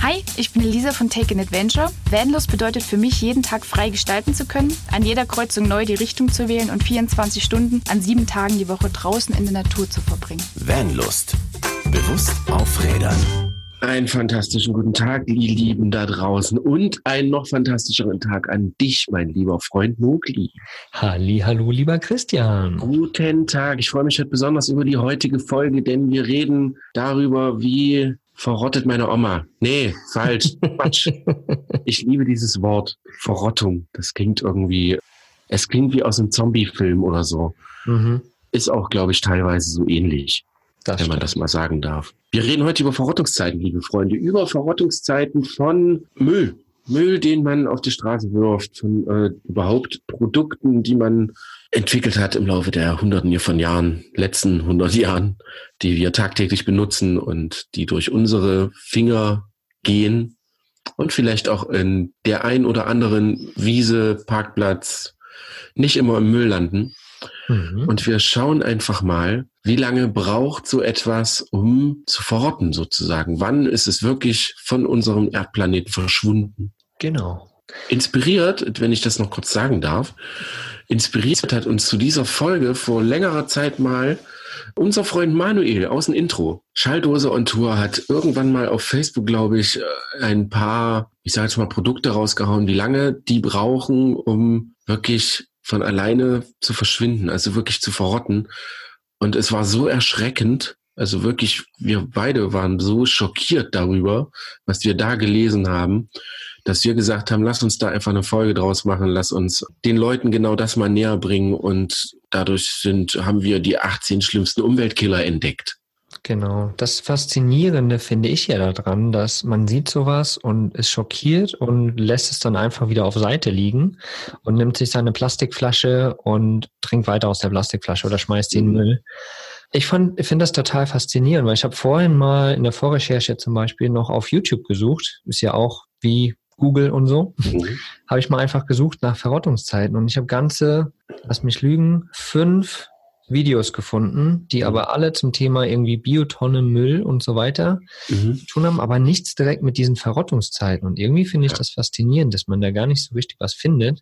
Hi, ich bin Elisa von Take an Adventure. Vanlust bedeutet für mich, jeden Tag frei gestalten zu können, an jeder Kreuzung neu die Richtung zu wählen und 24 Stunden an 7 Tagen die Woche draußen in der Natur zu verbringen. Vanlust. Bewusst aufrädern. Einen fantastischen guten Tag, ihr Lieben da draußen, und einen noch fantastischeren Tag an dich, mein lieber Freund Mowgli. Hallo, lieber Christian. Guten Tag, ich freue mich heute besonders über die heutige Folge, denn wir reden darüber, wie verrottet meine Oma. Nee, falsch, Quatsch. Ich liebe dieses Wort, Verrottung. Das klingt irgendwie, es klingt wie aus einem Zombie-Film oder so. Mhm. Ist auch, glaube ich, teilweise so ähnlich. Das wenn man stimmt. das mal sagen darf. Wir reden heute über Verrottungszeiten, liebe Freunde, über Verrottungszeiten von Müll. Müll, den man auf die Straße wirft, von überhaupt Produkten, die man entwickelt hat im Laufe der Hunderten von Jahren, letzten 100 Jahren, die wir tagtäglich benutzen und die durch unsere Finger gehen und vielleicht auch in der ein oder anderen Wiese, Parkplatz nicht immer im Müll landen. Mhm. Und wir schauen einfach mal, wie lange braucht so etwas, um zu verrotten sozusagen? Wann ist es wirklich von unserem Erdplaneten verschwunden? Genau. Inspiriert, wenn ich das noch kurz sagen darf, inspiriert hat uns zu dieser Folge vor längerer Zeit mal unser Freund Manuel aus dem Intro. Schalldose on Tour hat irgendwann mal auf Facebook, glaube ich, ein paar, ich sage jetzt mal, Produkte rausgehauen, wie lange die brauchen, um wirklich von alleine zu verschwinden, also wirklich zu verrotten. Und es war so erschreckend, also wirklich, wir beide waren so schockiert darüber, was wir da gelesen haben, dass wir gesagt haben, lass uns da einfach eine Folge draus machen, lass uns den Leuten genau das mal näher bringen, und dadurch haben wir die 18 schlimmsten Umweltkiller entdeckt. Genau. Das Faszinierende finde ich ja daran, dass man sieht sowas und ist schockiert und lässt es dann einfach wieder auf Seite liegen und nimmt sich seine Plastikflasche und trinkt weiter aus der Plastikflasche oder schmeißt sie in den Müll. Ich finde das total faszinierend, weil ich habe vorhin mal in der Vorrecherche zum Beispiel noch auf YouTube gesucht, ist ja auch wie Google und so, habe ich mal einfach gesucht nach Verrottungszeiten und ich habe lass mich lügen, 5 Videos gefunden, die aber alle zum Thema irgendwie Biotonne, Müll und so weiter zu tun haben, aber nichts direkt mit diesen Verrottungszeiten. Und irgendwie finde ich das faszinierend, dass man da gar nicht so richtig was findet.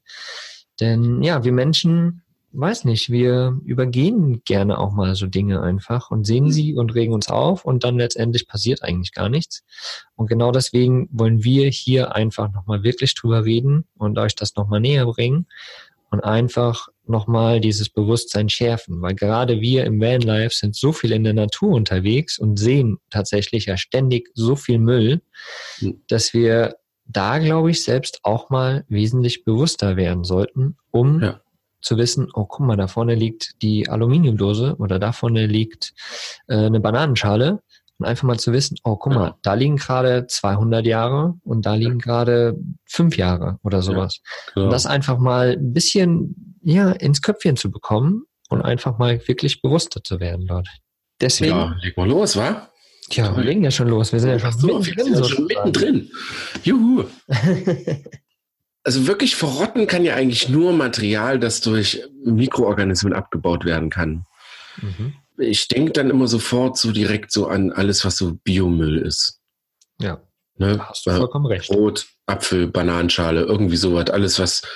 Denn ja, wir Menschen, weiß nicht, wir übergehen gerne auch mal so Dinge einfach und sehen sie und regen uns auf und dann letztendlich passiert eigentlich gar nichts. Und genau deswegen wollen wir hier einfach nochmal wirklich drüber reden und euch das nochmal näher bringen und einfach nochmal dieses Bewusstsein schärfen, weil gerade wir im Vanlife sind so viel in der Natur unterwegs und sehen tatsächlich ja ständig so viel Müll, dass wir da, glaube ich, selbst auch mal wesentlich bewusster werden sollten, um zu wissen, oh, guck mal, da vorne liegt die Aluminiumdose oder da vorne liegt eine Bananenschale. Und einfach mal zu wissen, oh, guck mal, da liegen gerade 200 Jahre und da liegen gerade 5 Jahre oder sowas. Und das einfach mal ein bisschen ins Köpfchen zu bekommen und einfach mal wirklich bewusster zu werden dort. Deswegen. Ja, leg mal los, wa? Ja, wir legen ja schon los. Wir sind ja schon mittendrin. Juhu. Also wirklich verrotten kann ja eigentlich nur Material, das durch Mikroorganismen abgebaut werden kann. Mhm. Ich denke dann immer sofort so direkt so an alles, was so Biomüll ist. Ja, ne? Da hast du vollkommen recht. Brot, Apfel, Bananenschale, irgendwie sowas. Alles,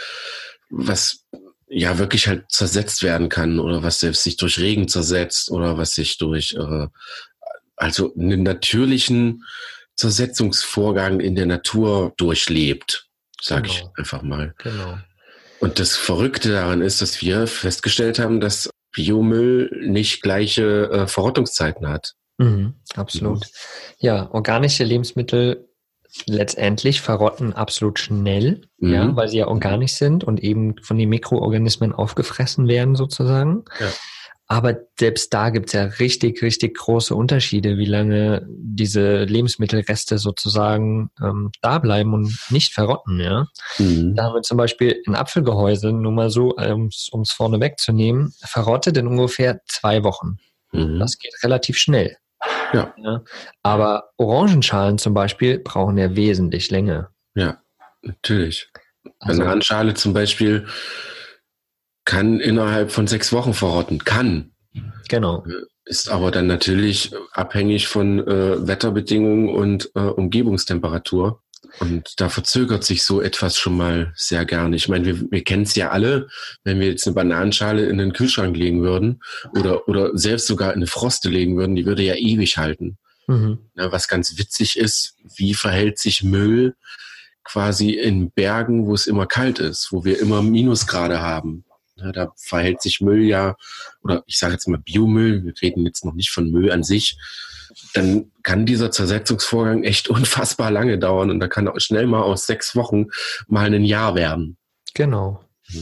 was ja wirklich halt zersetzt werden kann oder was selbst sich durch Regen zersetzt oder was sich durch also einen natürlichen Zersetzungsvorgang in der Natur durchlebt, sage ich einfach mal. Genau. Und das Verrückte daran ist, dass wir festgestellt haben, dass Biomüll nicht gleiche Verrottungszeiten hat. Absolut. Ja, organische Lebensmittel letztendlich verrotten absolut schnell, weil sie ja organisch sind und eben von den Mikroorganismen aufgefressen werden sozusagen. Ja. Aber selbst da gibt's ja richtig, richtig große Unterschiede, wie lange diese Lebensmittelreste sozusagen da bleiben und nicht verrotten. Ja? Da haben wir zum Beispiel ein Apfelgehäuse, nur mal so, um es vorne wegzunehmen, verrottet in ungefähr 2 Wochen. Das geht relativ schnell. Ja. Aber Orangenschalen zum Beispiel brauchen ja wesentlich länger. Ja, natürlich. Also, Bananenschale zum Beispiel kann innerhalb von 6 Wochen verrotten. Kann. Genau. Ist aber dann natürlich abhängig von Wetterbedingungen und Umgebungstemperatur. Und da verzögert sich so etwas schon mal sehr gerne. Ich meine, wir kennen es ja alle, wenn wir jetzt eine Bananenschale in den Kühlschrank legen würden oder selbst sogar in eine Froste legen würden, die würde ja ewig halten. Mhm. Ja, was ganz witzig ist, wie verhält sich Müll quasi in Bergen, wo es immer kalt ist, wo wir immer Minusgrade haben. Ja, da verhält sich Müll ja, oder ich sage jetzt mal Biomüll, wir reden jetzt noch nicht von Müll an sich, dann kann dieser Zersetzungsvorgang echt unfassbar lange dauern und da kann auch schnell mal aus 6 Wochen mal ein Jahr werden. Genau.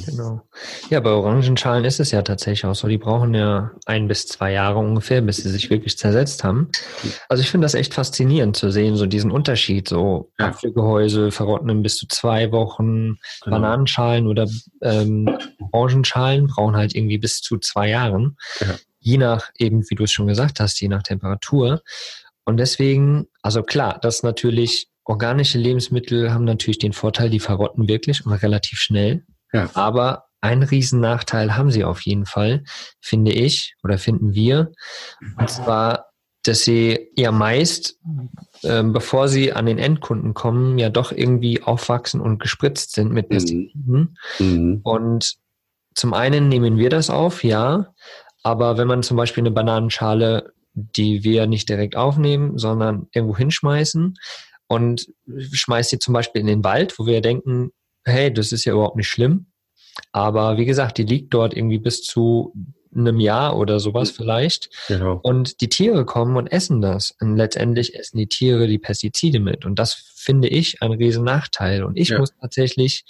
Ja, bei Orangenschalen ist es ja tatsächlich auch so. Die brauchen ja 1 bis 2 Jahre ungefähr, bis sie sich wirklich zersetzt haben. Also ich finde das echt faszinierend zu sehen, so diesen Unterschied. So Apfelgehäuse verrotten bis zu 2 Wochen, genau. Bananenschalen oder Orangenschalen brauchen halt irgendwie bis zu 2 Jahren. Ja. Je nach, eben wie du es schon gesagt hast, je nach Temperatur. Und deswegen, also klar, das natürlich, organische Lebensmittel haben natürlich den Vorteil, die verrotten wirklich und relativ schnell. Ja. Aber einen riesen Nachteil haben sie auf jeden Fall, finde ich, oder finden wir. Und zwar, dass sie ja meist, bevor sie an den Endkunden kommen, ja doch irgendwie aufwachsen und gespritzt sind mit Pestiziden. Mhm. Und zum einen nehmen wir das auf, ja. Aber wenn man zum Beispiel eine Bananenschale, die wir nicht direkt aufnehmen, sondern irgendwo hinschmeißen und schmeißt sie zum Beispiel in den Wald, wo wir denken, hey, das ist ja überhaupt nicht schlimm. Aber wie gesagt, die liegt dort irgendwie bis zu einem Jahr oder sowas vielleicht. Genau. Und die Tiere kommen und essen das. Und letztendlich essen die Tiere die Pestizide mit. Und das finde ich ein riesen Nachteil. Und ich muss tatsächlich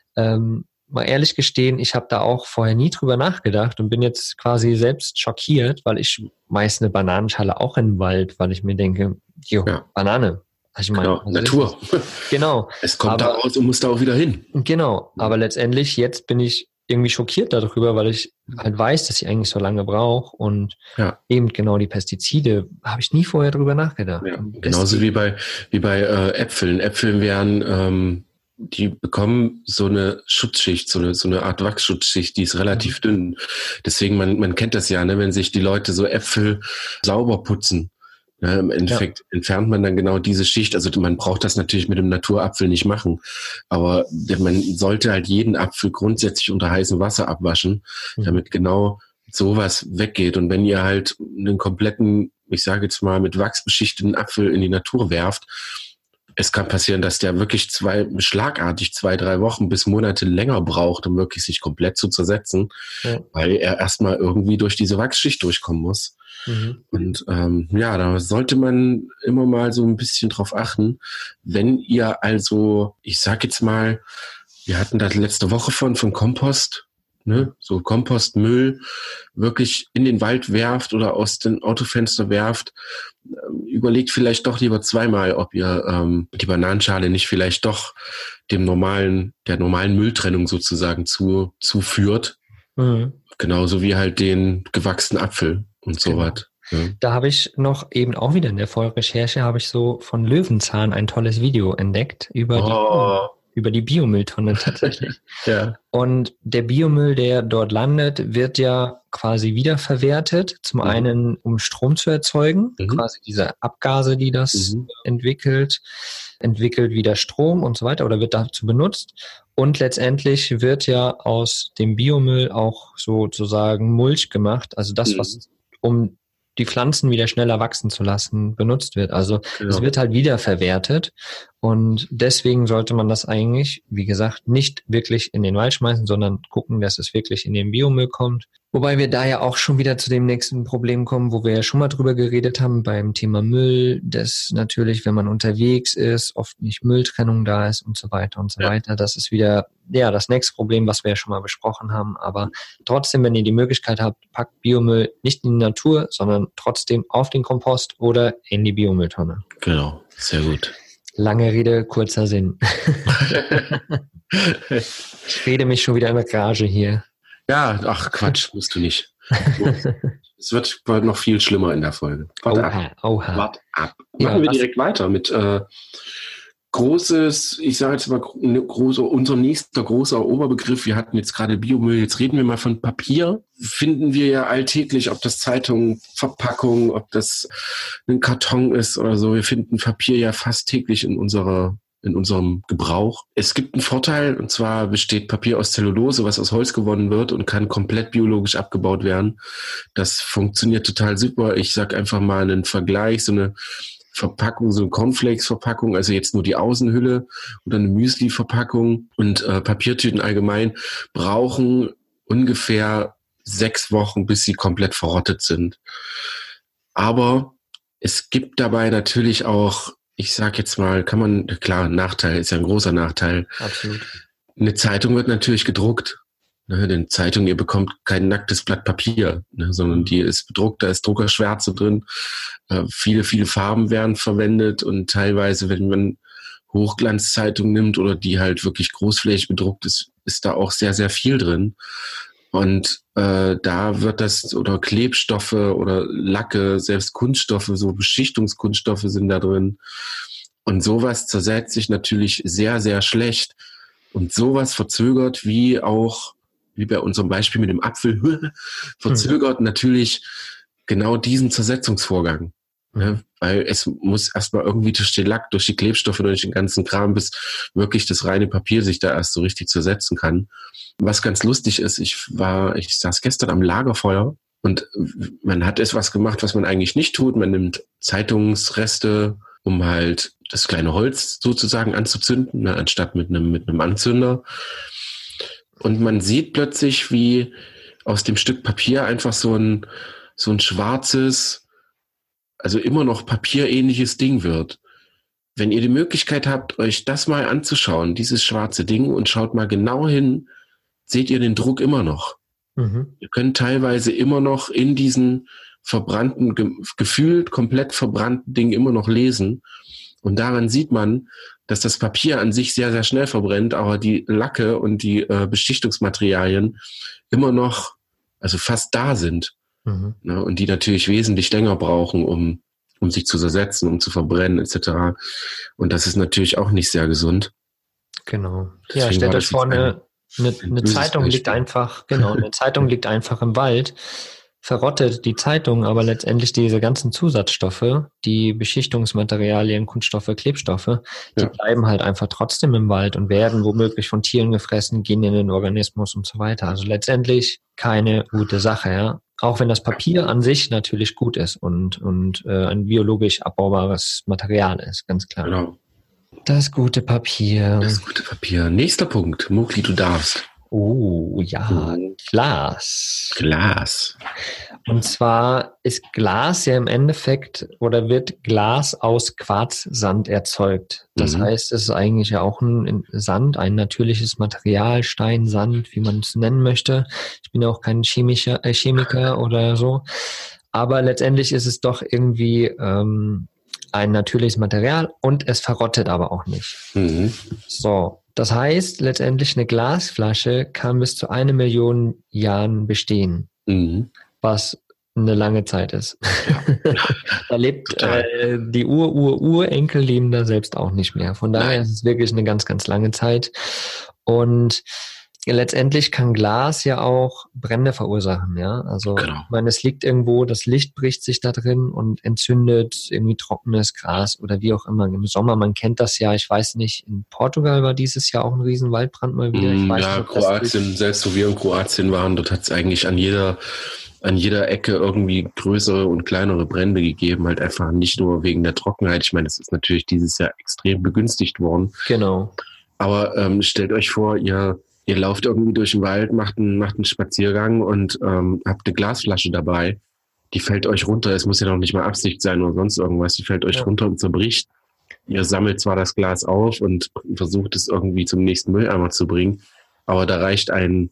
mal ehrlich gestehen, ich habe da auch vorher nie drüber nachgedacht und bin jetzt quasi selbst schockiert, weil ich schmeiße eine Bananenschale auch in den Wald, weil ich mir denke, Banane. Ich meine, genau, Natur. Genau. Es kommt da raus und muss da auch wieder hin. Genau, aber letztendlich jetzt bin ich irgendwie schockiert darüber, weil ich halt weiß, dass ich eigentlich so lange brauche und eben genau die Pestizide, habe ich nie vorher drüber nachgedacht. Ja, genauso wie bei Äpfeln. Äpfeln werden die bekommen so eine Schutzschicht, so eine Art Wachsschutzschicht, die ist relativ dünn. Deswegen, man kennt das ja, ne, wenn sich die Leute so Äpfel sauber putzen. Ja, im Endeffekt entfernt man dann genau diese Schicht. Also man braucht das natürlich mit dem Naturapfel nicht machen. Aber man sollte halt jeden Apfel grundsätzlich unter heißem Wasser abwaschen, damit genau sowas weggeht. Und wenn ihr halt einen kompletten, ich sage jetzt mal, mit Wachs beschichteten Apfel in die Natur werft, es kann passieren, dass der wirklich schlagartig 2-3 Wochen bis Monate länger braucht, um wirklich sich komplett zu zersetzen, weil er erstmal irgendwie durch diese Wachsschicht durchkommen muss. Mhm. Und da sollte man immer mal so ein bisschen drauf achten, wenn ihr also, ich sag jetzt mal, wir hatten das letzte Woche von Kompost, ne, so Kompostmüll wirklich in den Wald werft oder aus den Autofenster werft, überlegt vielleicht doch lieber zweimal, ob ihr die Bananenschale nicht vielleicht doch der normalen Mülltrennung sozusagen zuführt. Mhm. Genauso wie halt den gewachsenen Apfel und so was. Ja. Da habe ich noch eben auch wieder in der Vorrecherche habe ich so von Löwenzahn ein tolles Video entdeckt über die Biomülltonne tatsächlich. Ja. Und der Biomüll, der dort landet, wird ja quasi wiederverwertet. Zum einen, um Strom zu erzeugen, quasi diese Abgase, die das entwickelt wieder Strom und so weiter oder wird dazu benutzt. Und letztendlich wird ja aus dem Biomüll auch sozusagen Mulch gemacht, also das, was um die Pflanzen wieder schneller wachsen zu lassen, benutzt wird. Also es wird halt wiederverwertet und deswegen sollte man das eigentlich, wie gesagt, nicht wirklich in den Wald schmeißen, sondern gucken, dass es wirklich in den Biomüll kommt. Wobei wir da ja auch schon wieder zu dem nächsten Problem kommen, wo wir ja schon mal drüber geredet haben beim Thema Müll, dass natürlich, wenn man unterwegs ist, oft nicht Mülltrennung da ist und so weiter und so weiter. Das ist wieder das nächste Problem, was wir ja schon mal besprochen haben. Aber trotzdem, wenn ihr die Möglichkeit habt, packt Biomüll nicht in die Natur, sondern trotzdem auf den Kompost oder in die Biomülltonne. Genau, sehr gut. Lange Rede, kurzer Sinn. Ich rede mich schon wieder in der Rage hier. Ja, ach Quatsch, musst du nicht. Es wird bald noch viel schlimmer in der Folge. Warte ab. Oha. Warte ab. Machen wir direkt weiter mit großes, ich sage jetzt mal, unser nächster großer Oberbegriff, wir hatten jetzt gerade Biomüll, jetzt reden wir mal von Papier, finden wir ja alltäglich, ob das Zeitung, Verpackung, ob das ein Karton ist oder so, wir finden Papier ja fast täglich in unserem Gebrauch. Es gibt einen Vorteil, und zwar besteht Papier aus Zellulose, was aus Holz gewonnen wird und kann komplett biologisch abgebaut werden. Das funktioniert total super. Ich sag einfach mal einen Vergleich, so eine Verpackung, so eine Cornflakes-Verpackung, also jetzt nur die Außenhülle oder eine Müsli-Verpackung und Papiertüten allgemein brauchen ungefähr 6 Wochen, bis sie komplett verrottet sind. Aber es gibt dabei natürlich auch, ich sag jetzt mal, klar, Nachteil ist ja ein großer Nachteil. Absolut. Eine Zeitung wird natürlich gedruckt. Denn Zeitung, ihr bekommt kein nacktes Blatt Papier, sondern die ist bedruckt, da ist Druckerschwärze drin. Viele Farben werden verwendet und teilweise, wenn man Hochglanzzeitung nimmt oder die halt wirklich großflächig bedruckt ist, ist da auch sehr, sehr viel drin. Und da wird das, oder Klebstoffe oder Lacke, selbst Kunststoffe, so Beschichtungskunststoffe sind da drin. Und sowas zersetzt sich natürlich sehr, sehr schlecht. Und sowas verzögert wie bei unserem Beispiel mit dem Apfel, verzögert natürlich genau diesen Zersetzungsvorgang. Ne? Weil es muss erstmal irgendwie durch den Lack, durch die Klebstoffe, durch den ganzen Kram, bis wirklich das reine Papier sich da erst so richtig zersetzen kann. Was ganz lustig ist, ich saß gestern am Lagerfeuer und man hat etwas gemacht, was man eigentlich nicht tut. Man nimmt Zeitungsreste, um halt das kleine Holz sozusagen anzuzünden, anstatt mit einem Anzünder. Und man sieht plötzlich, wie aus dem Stück Papier einfach so ein schwarzes, also immer noch papierähnliches Ding wird. Wenn ihr die Möglichkeit habt, euch das mal anzuschauen, dieses schwarze Ding, und schaut mal genau hin, seht ihr den Druck immer noch. Mhm. Ihr könnt teilweise immer noch in diesen verbrannten, gefühlt komplett verbrannten Ding immer noch lesen. Und daran sieht man, dass das Papier an sich sehr, sehr schnell verbrennt, aber die Lacke und die Beschichtungsmaterialien immer noch, also fast da sind. Mhm. Ne, und die natürlich wesentlich länger brauchen, um sich zu zersetzen, um zu verbrennen, etc. Und das ist natürlich auch nicht sehr gesund. Genau. Deswegen, ja, stellt euch vor, eine Zeitung liegt einfach, eine Zeitung liegt einfach im Wald, verrottet die Zeitung, aber letztendlich diese ganzen Zusatzstoffe, die Beschichtungsmaterialien, Kunststoffe, Klebstoffe, die bleiben halt einfach trotzdem im Wald und werden womöglich von Tieren gefressen, gehen in den Organismus und so weiter. Also letztendlich keine gute Sache, ja. Auch wenn das Papier an sich natürlich gut ist und ein biologisch abbaubares Material ist, ganz klar. Genau. Das gute Papier. Nächster Punkt. Mowgli, du darfst. Oh, ja, Glas. Glas. Und zwar ist Glas ja im Endeffekt oder wird Glas aus Quarzsand erzeugt. Das heißt, es ist eigentlich ja auch ein Sand, ein natürliches Material, Stein, Sand, wie man es nennen möchte. Ich bin ja auch kein Chemiker oder so. Aber letztendlich ist es doch irgendwie ein natürliches Material und es verrottet aber auch nicht. Mhm. So. Das heißt, letztendlich eine Glasflasche kann bis zu 1 Million Jahren bestehen, was eine lange Zeit ist. Da lebt die Urenkel leben da selbst auch nicht mehr. Von daher ist es wirklich eine ganz, ganz lange Zeit. Und letztendlich kann Glas ja auch Brände verursachen, ja. Also, ich meine, es liegt irgendwo, das Licht bricht sich da drin und entzündet irgendwie trockenes Gras oder wie auch immer. Im Sommer, man kennt das ja, ich weiß nicht, in Portugal war dieses Jahr auch ein riesen Waldbrand mal wieder. Ich weiß nicht, Kroatien, selbst wo wir in Kroatien waren, dort hat es eigentlich an jeder Ecke irgendwie größere und kleinere Brände gegeben, halt einfach nicht nur wegen der Trockenheit. Ich meine, es ist natürlich dieses Jahr extrem begünstigt worden. Genau. Aber stellt euch vor, ihr lauft irgendwie durch den Wald, macht einen Spaziergang und habt eine Glasflasche dabei. Die fällt euch runter. Es muss ja noch nicht mal Absicht sein oder sonst irgendwas. Die fällt euch runter und zerbricht. Ihr sammelt zwar das Glas auf und versucht es irgendwie zum nächsten Mülleimer zu bringen, aber da reicht ein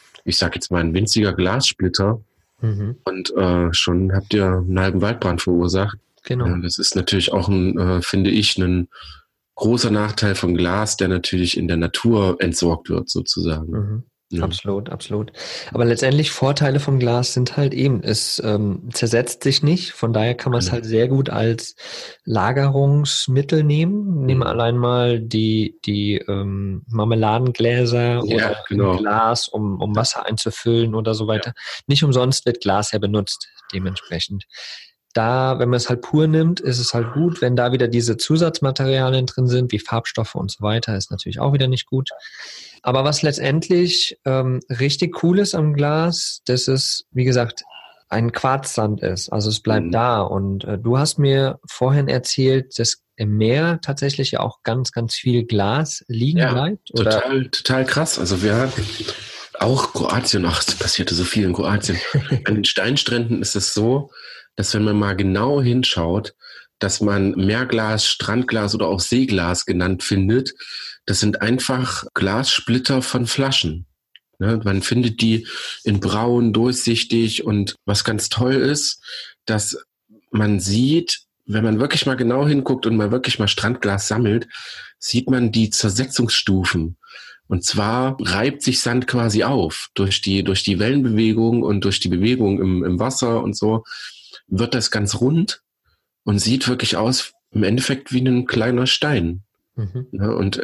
winziger Glassplitter und schon habt ihr einen halben Waldbrand verursacht. Genau. Das ist natürlich auch finde ich, ein großer Nachteil von Glas, der natürlich in der Natur entsorgt wird, sozusagen. Ja. Absolut, absolut. Aber letztendlich Vorteile vom Glas sind halt eben, es zersetzt sich nicht, von daher kann man es halt sehr gut als Lagerungsmittel nehmen. Nehmen wir allein mal die Marmeladengläser oder genau. ein Glas, um Wasser einzufüllen oder so weiter. Nicht umsonst wird Glas ja benutzt, dementsprechend. Da, wenn man es halt pur nimmt, ist es halt gut. Wenn da wieder diese Zusatzmaterialien drin sind, wie Farbstoffe und so weiter, ist natürlich auch wieder nicht gut. Aber was letztendlich richtig cool ist am Glas, dass es, wie gesagt, ein Quarzsand ist. Also es bleibt da. Und du hast mir vorhin erzählt, dass im Meer tatsächlich ja auch ganz, ganz viel Glas liegen bleibt. Oder? Total krass. Also wir haben auch Kroatien, es passierte so viel in Kroatien. An den Steinstränden ist es so, dass wenn man mal genau hinschaut, dass man Meerglas, Strandglas oder auch Seeglas genannt findet, das sind einfach Glassplitter von Flaschen. Ne? Man findet die in braun, durchsichtig und was ganz toll ist, dass man sieht, wenn man wirklich mal genau hinguckt und mal wirklich mal Strandglas sammelt, sieht man die Zersetzungsstufen. Und zwar reibt sich Sand quasi auf durch die Wellenbewegung und durch die Bewegung im Wasser und so wird das ganz rund und sieht wirklich aus im Endeffekt wie ein kleiner Stein. Ja, und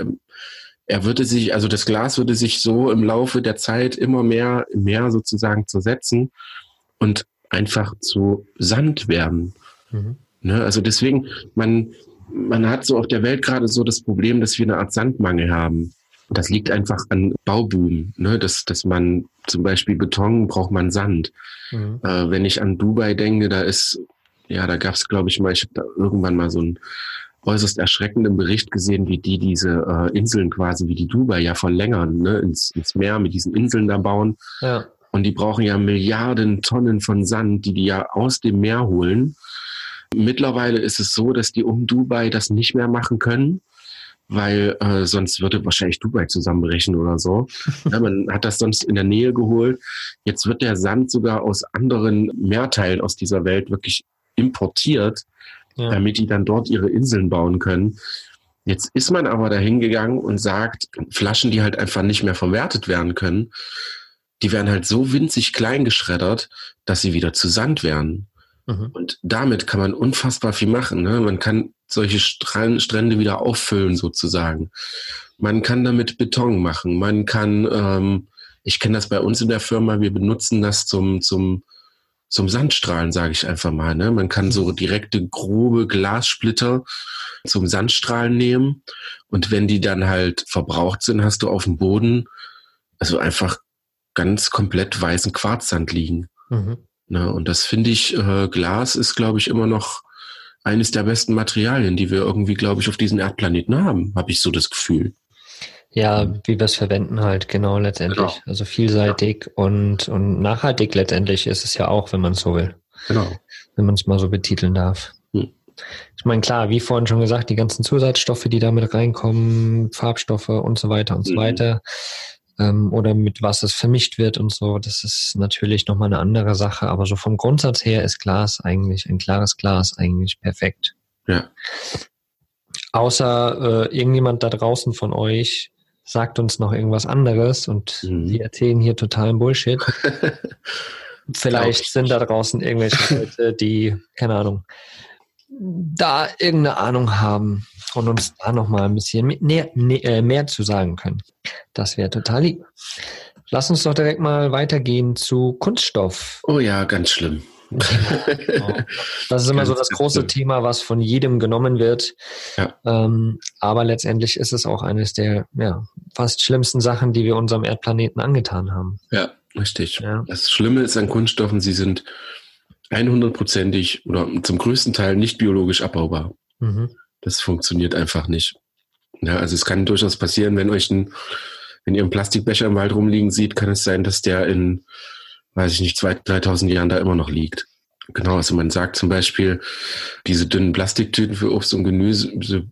das Glas würde sich so im Laufe der Zeit immer mehr im Meer sozusagen zersetzen und einfach zu Sand werden. Ne, also deswegen, man hat so auf der Welt gerade so das Problem, dass wir eine Art Sandmangel haben. Das liegt einfach an Bauboomen, ne? Dass man zum Beispiel Beton braucht man Sand. Wenn ich an Dubai denke, da gab es, glaube ich mal, ich habe da irgendwann mal so einen äußerst erschreckenden Bericht gesehen, wie die diese Inseln quasi, wie die Dubai ja verlängern, ne? ins Meer mit diesen Inseln da bauen. Ja. Und die brauchen ja Milliarden Tonnen von Sand, die ja aus dem Meer holen. Mittlerweile ist es so, dass die um Dubai das nicht mehr machen können, weil sonst würde wahrscheinlich Dubai zusammenbrechen oder so. Ja, man hat das sonst in der Nähe geholt. Jetzt wird der Sand sogar aus anderen Meerteilen aus dieser Welt wirklich importiert, damit die dann dort ihre Inseln bauen können. Jetzt ist man aber dahin gegangen und sagt, Flaschen, die halt einfach nicht mehr verwertet werden können, die werden halt so winzig klein geschreddert, dass sie wieder zu Sand werden. Und damit kann man unfassbar viel machen. Ne? Man kann solche Strände wieder auffüllen sozusagen. Man kann damit Beton machen. Man kann, ich kenne das bei uns in der Firma, wir benutzen das zum Sandstrahlen, sage ich einfach mal. Ne? Man kann so direkte, grobe Glassplitter zum Sandstrahlen nehmen. Und wenn die dann halt verbraucht sind, hast du auf dem Boden also einfach ganz komplett weißen Quarzsand liegen. Na, und das finde ich, Glas ist, glaube ich, immer noch eines der besten Materialien, die wir irgendwie, glaube ich, auf diesem Erdplaneten haben, habe ich so das Gefühl. Ja, wie wir es verwenden halt, genau, letztendlich. Genau. Also vielseitig und nachhaltig letztendlich ist es ja auch, wenn man es so will. Genau. Wenn man es mal so betiteln darf. Ich meine, klar, wie vorhin schon gesagt, die ganzen Zusatzstoffe, die damit reinkommen, Farbstoffe und so weiter und so weiter, oder mit was es vermischt wird und so, das ist natürlich nochmal eine andere Sache, aber so vom Grundsatz her ist Glas eigentlich, ein klares Glas eigentlich perfekt. Ja. Außer irgendjemand da draußen von euch sagt uns noch irgendwas anderes und wir erzählen hier totalen Bullshit. Vielleicht sind da draußen irgendwelche Leute, die, keine Ahnung, da irgendeine Ahnung haben und uns da nochmal ein bisschen mehr zu sagen können. Das wäre total lieb. Lass uns doch direkt mal weitergehen zu Kunststoff. Oh ja, ganz schlimm. Genau. Das ist immer so das große Thema, was von jedem genommen wird. Ja. Aber letztendlich ist es auch eines der fast schlimmsten Sachen, die wir unserem Erdplaneten angetan haben. Ja, richtig. Ja. Das Schlimme ist an Kunststoffen, sie sind 100%ig oder zum größten Teil nicht biologisch abbaubar. Das funktioniert einfach nicht. Ja, also es kann durchaus passieren, wenn ihr einen Plastikbecher im Wald rumliegen seht, kann es sein, dass der in, 2.000, 3.000 Jahren da immer noch liegt. Genau, also man sagt zum Beispiel, diese dünnen Plastiktüten für Obst und Gemüse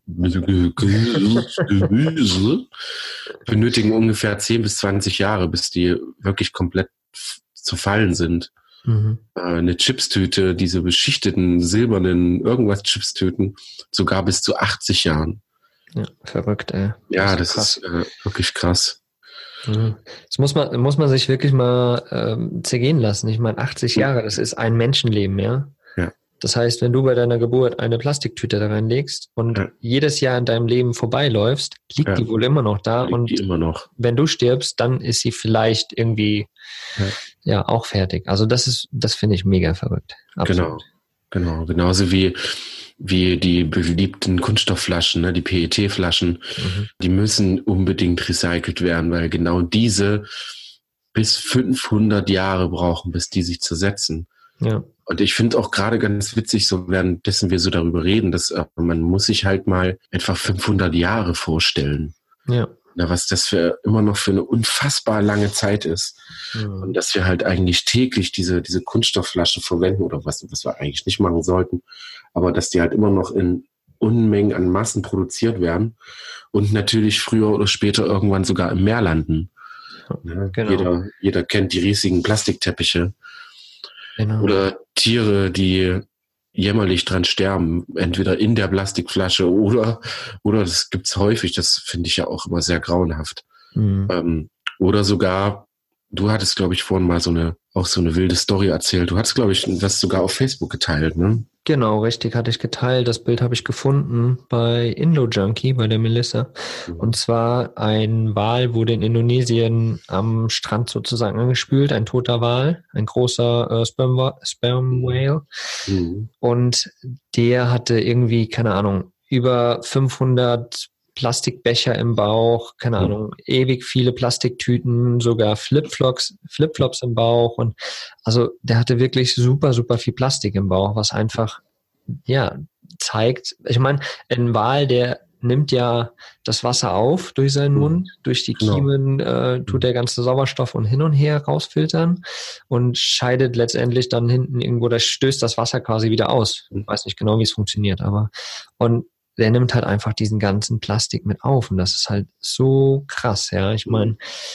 benötigen ungefähr 10 bis 20 Jahre, bis die wirklich komplett zerfallen sind. Eine Chipstüte, diese beschichteten, silbernen, irgendwas Chipstüten, sogar bis zu 80 Jahren. Ja, verrückt, ey. Ja, das ist wirklich krass. Das muss man sich wirklich mal zergehen lassen. Ich meine, 80 Jahre, das ist ein Menschenleben, ja. Ja. Das heißt, wenn du bei deiner Geburt eine Plastiktüte da reinlegst und jedes Jahr in deinem Leben vorbeiläufst, liegt die wohl immer noch da. Und immer noch. Wenn du stirbst, dann ist sie vielleicht irgendwie auch fertig. Also das finde ich mega verrückt. Absolut. Genau. Genauso wie die beliebten Kunststoffflaschen, ne, die PET-Flaschen, die müssen unbedingt recycelt werden, weil genau diese bis 500 Jahre brauchen, bis die sich zersetzen. Ja. Und ich finde auch gerade ganz witzig, so währenddessen wir so darüber reden, dass man muss sich halt mal etwa 500 Jahre vorstellen. Ja. Na, was das immer noch für eine unfassbar lange Zeit ist. Und dass wir halt eigentlich täglich diese Kunststoffflaschen verwenden oder was wir eigentlich nicht machen sollten, aber dass die halt immer noch in Unmengen an Massen produziert werden und natürlich früher oder später irgendwann sogar im Meer landen. Ja, genau. Jeder kennt die riesigen Plastikteppiche. Genau. Oder Tiere, die jämmerlich dran sterben, entweder in der Plastikflasche oder das gibt's häufig, das finde ich ja auch immer sehr grauenhaft. Oder sogar, du hattest, glaube ich, vorhin mal so eine wilde Story erzählt. Du hattest, glaube ich, was sogar auf Facebook geteilt, ne? Genau, richtig, hatte ich geteilt. Das Bild habe ich gefunden bei Indo-Junkie, bei der Melissa. Und zwar ein Wal wurde in Indonesien am Strand sozusagen angespült, ein toter Wal, ein großer Sperm Whale. Und der hatte irgendwie, keine Ahnung, über 500 Plastikbecher im Bauch, keine Ahnung, ewig viele Plastiktüten, sogar Flipflops im Bauch. Und also der hatte wirklich super, super viel Plastik im Bauch, was einfach, zeigt, ich meine, ein Wal, der nimmt ja das Wasser auf durch seinen Mund, durch die Kiemen tut der ganze Sauerstoff und hin und her rausfiltern und scheidet letztendlich dann hinten irgendwo, das stößt das Wasser quasi wieder aus. Ich weiß nicht genau, wie es funktioniert, und der nimmt halt einfach diesen ganzen Plastik mit auf und das ist halt so krass, ja. Ich meine,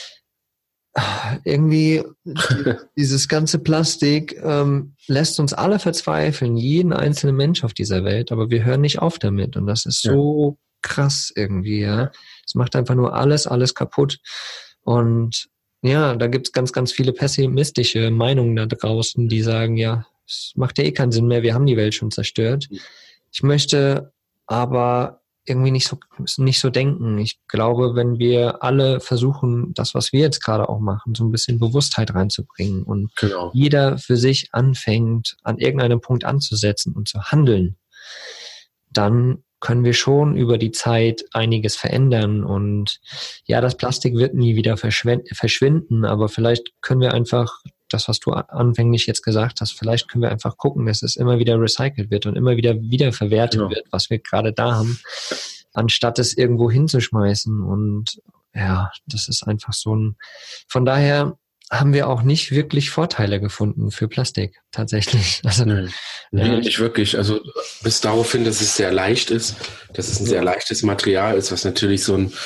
irgendwie dieses ganze Plastik lässt uns alle verzweifeln, jeden einzelnen Mensch auf dieser Welt, aber wir hören nicht auf damit und das ist so krass irgendwie, ja. Es macht einfach nur alles kaputt und ja, da gibt's ganz, ganz viele pessimistische Meinungen da draußen, die sagen, ja, es macht ja eh keinen Sinn mehr, wir haben die Welt schon zerstört. Ich möchte aber irgendwie nicht so denken. Ich glaube, wenn wir alle versuchen, das, was wir jetzt gerade auch machen, so ein bisschen Bewusstheit reinzubringen und jeder für sich anfängt, an irgendeinem Punkt anzusetzen und zu handeln, dann können wir schon über die Zeit einiges verändern. Und ja, das Plastik wird nie wieder verschwinden, aber vielleicht können wir einfach das, was du anfänglich jetzt gesagt hast, vielleicht können wir einfach gucken, dass es immer wieder recycelt wird und immer wieder verwertet wird, was wir gerade da haben, anstatt es irgendwo hinzuschmeißen. Und ja, das ist einfach von daher haben wir auch nicht wirklich Vorteile gefunden für Plastik, tatsächlich. Also, nee, nicht wirklich. Also bis darauf hin, dass es sehr leicht ist, dass es ein sehr leichtes Material ist, was natürlich so ein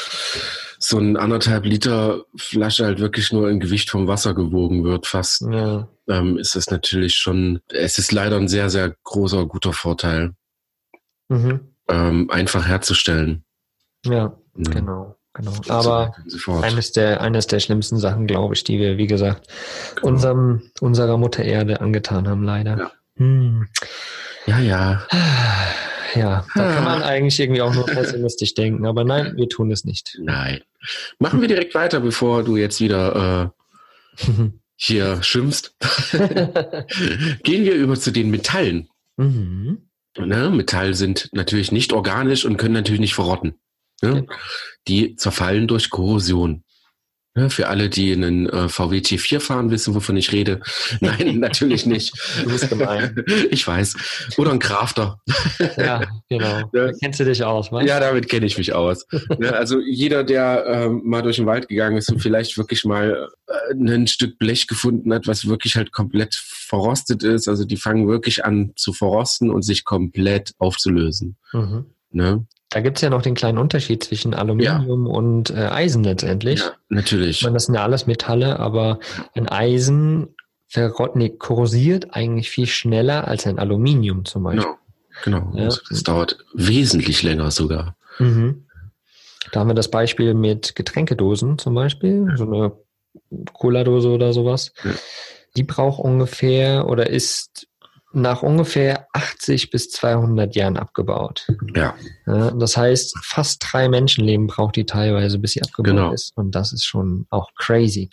1,5 Liter Flasche halt wirklich nur im Gewicht vom Wasser gewogen wird fast, ist es natürlich schon, es ist leider ein sehr, sehr großer, guter Vorteil, einfach herzustellen. Ja, genau. Aber eines der schlimmsten Sachen, glaube ich, die wir, wie gesagt, unserer Mutter Erde angetan haben, leider. Ja. Ja, da kann man eigentlich irgendwie auch nur pessimistisch denken, aber nein, wir tun es nicht. Nein. Machen wir direkt weiter, bevor du jetzt wieder hier schimpfst. Gehen wir über zu den Metallen. Metalle sind natürlich nicht organisch und können natürlich nicht verrotten. Ne? Die zerfallen durch Korrosion. Für alle, die einen VW T4 fahren, wissen, wovon ich rede. Nein, natürlich nicht. Du bist gemein. Ich weiß. Oder ein Crafter. Ja, genau. Da kennst du dich aus, was? Ja, damit kenne ich mich aus. Also jeder, der mal durch den Wald gegangen ist und vielleicht wirklich mal ein Stück Blech gefunden hat, was wirklich halt komplett verrostet ist, also die fangen wirklich an zu verrosten und sich komplett aufzulösen. Ne? Da gibt's ja noch den kleinen Unterschied zwischen Aluminium und Eisen letztendlich. Ja, natürlich. Ich meine, das sind ja alles Metalle, aber ein Eisen korrosiert eigentlich viel schneller als ein Aluminium zum Beispiel. Genau. Ja. Das dauert wesentlich länger sogar. Da haben wir das Beispiel mit Getränkedosen zum Beispiel, so eine Cola-Dose oder sowas. Ja. Die braucht ungefähr oder ist nach ungefähr 80 bis 200 Jahren abgebaut. Ja. Ja, das heißt, fast 3 Menschenleben braucht die teilweise, bis sie abgebaut ist. Und das ist schon auch crazy.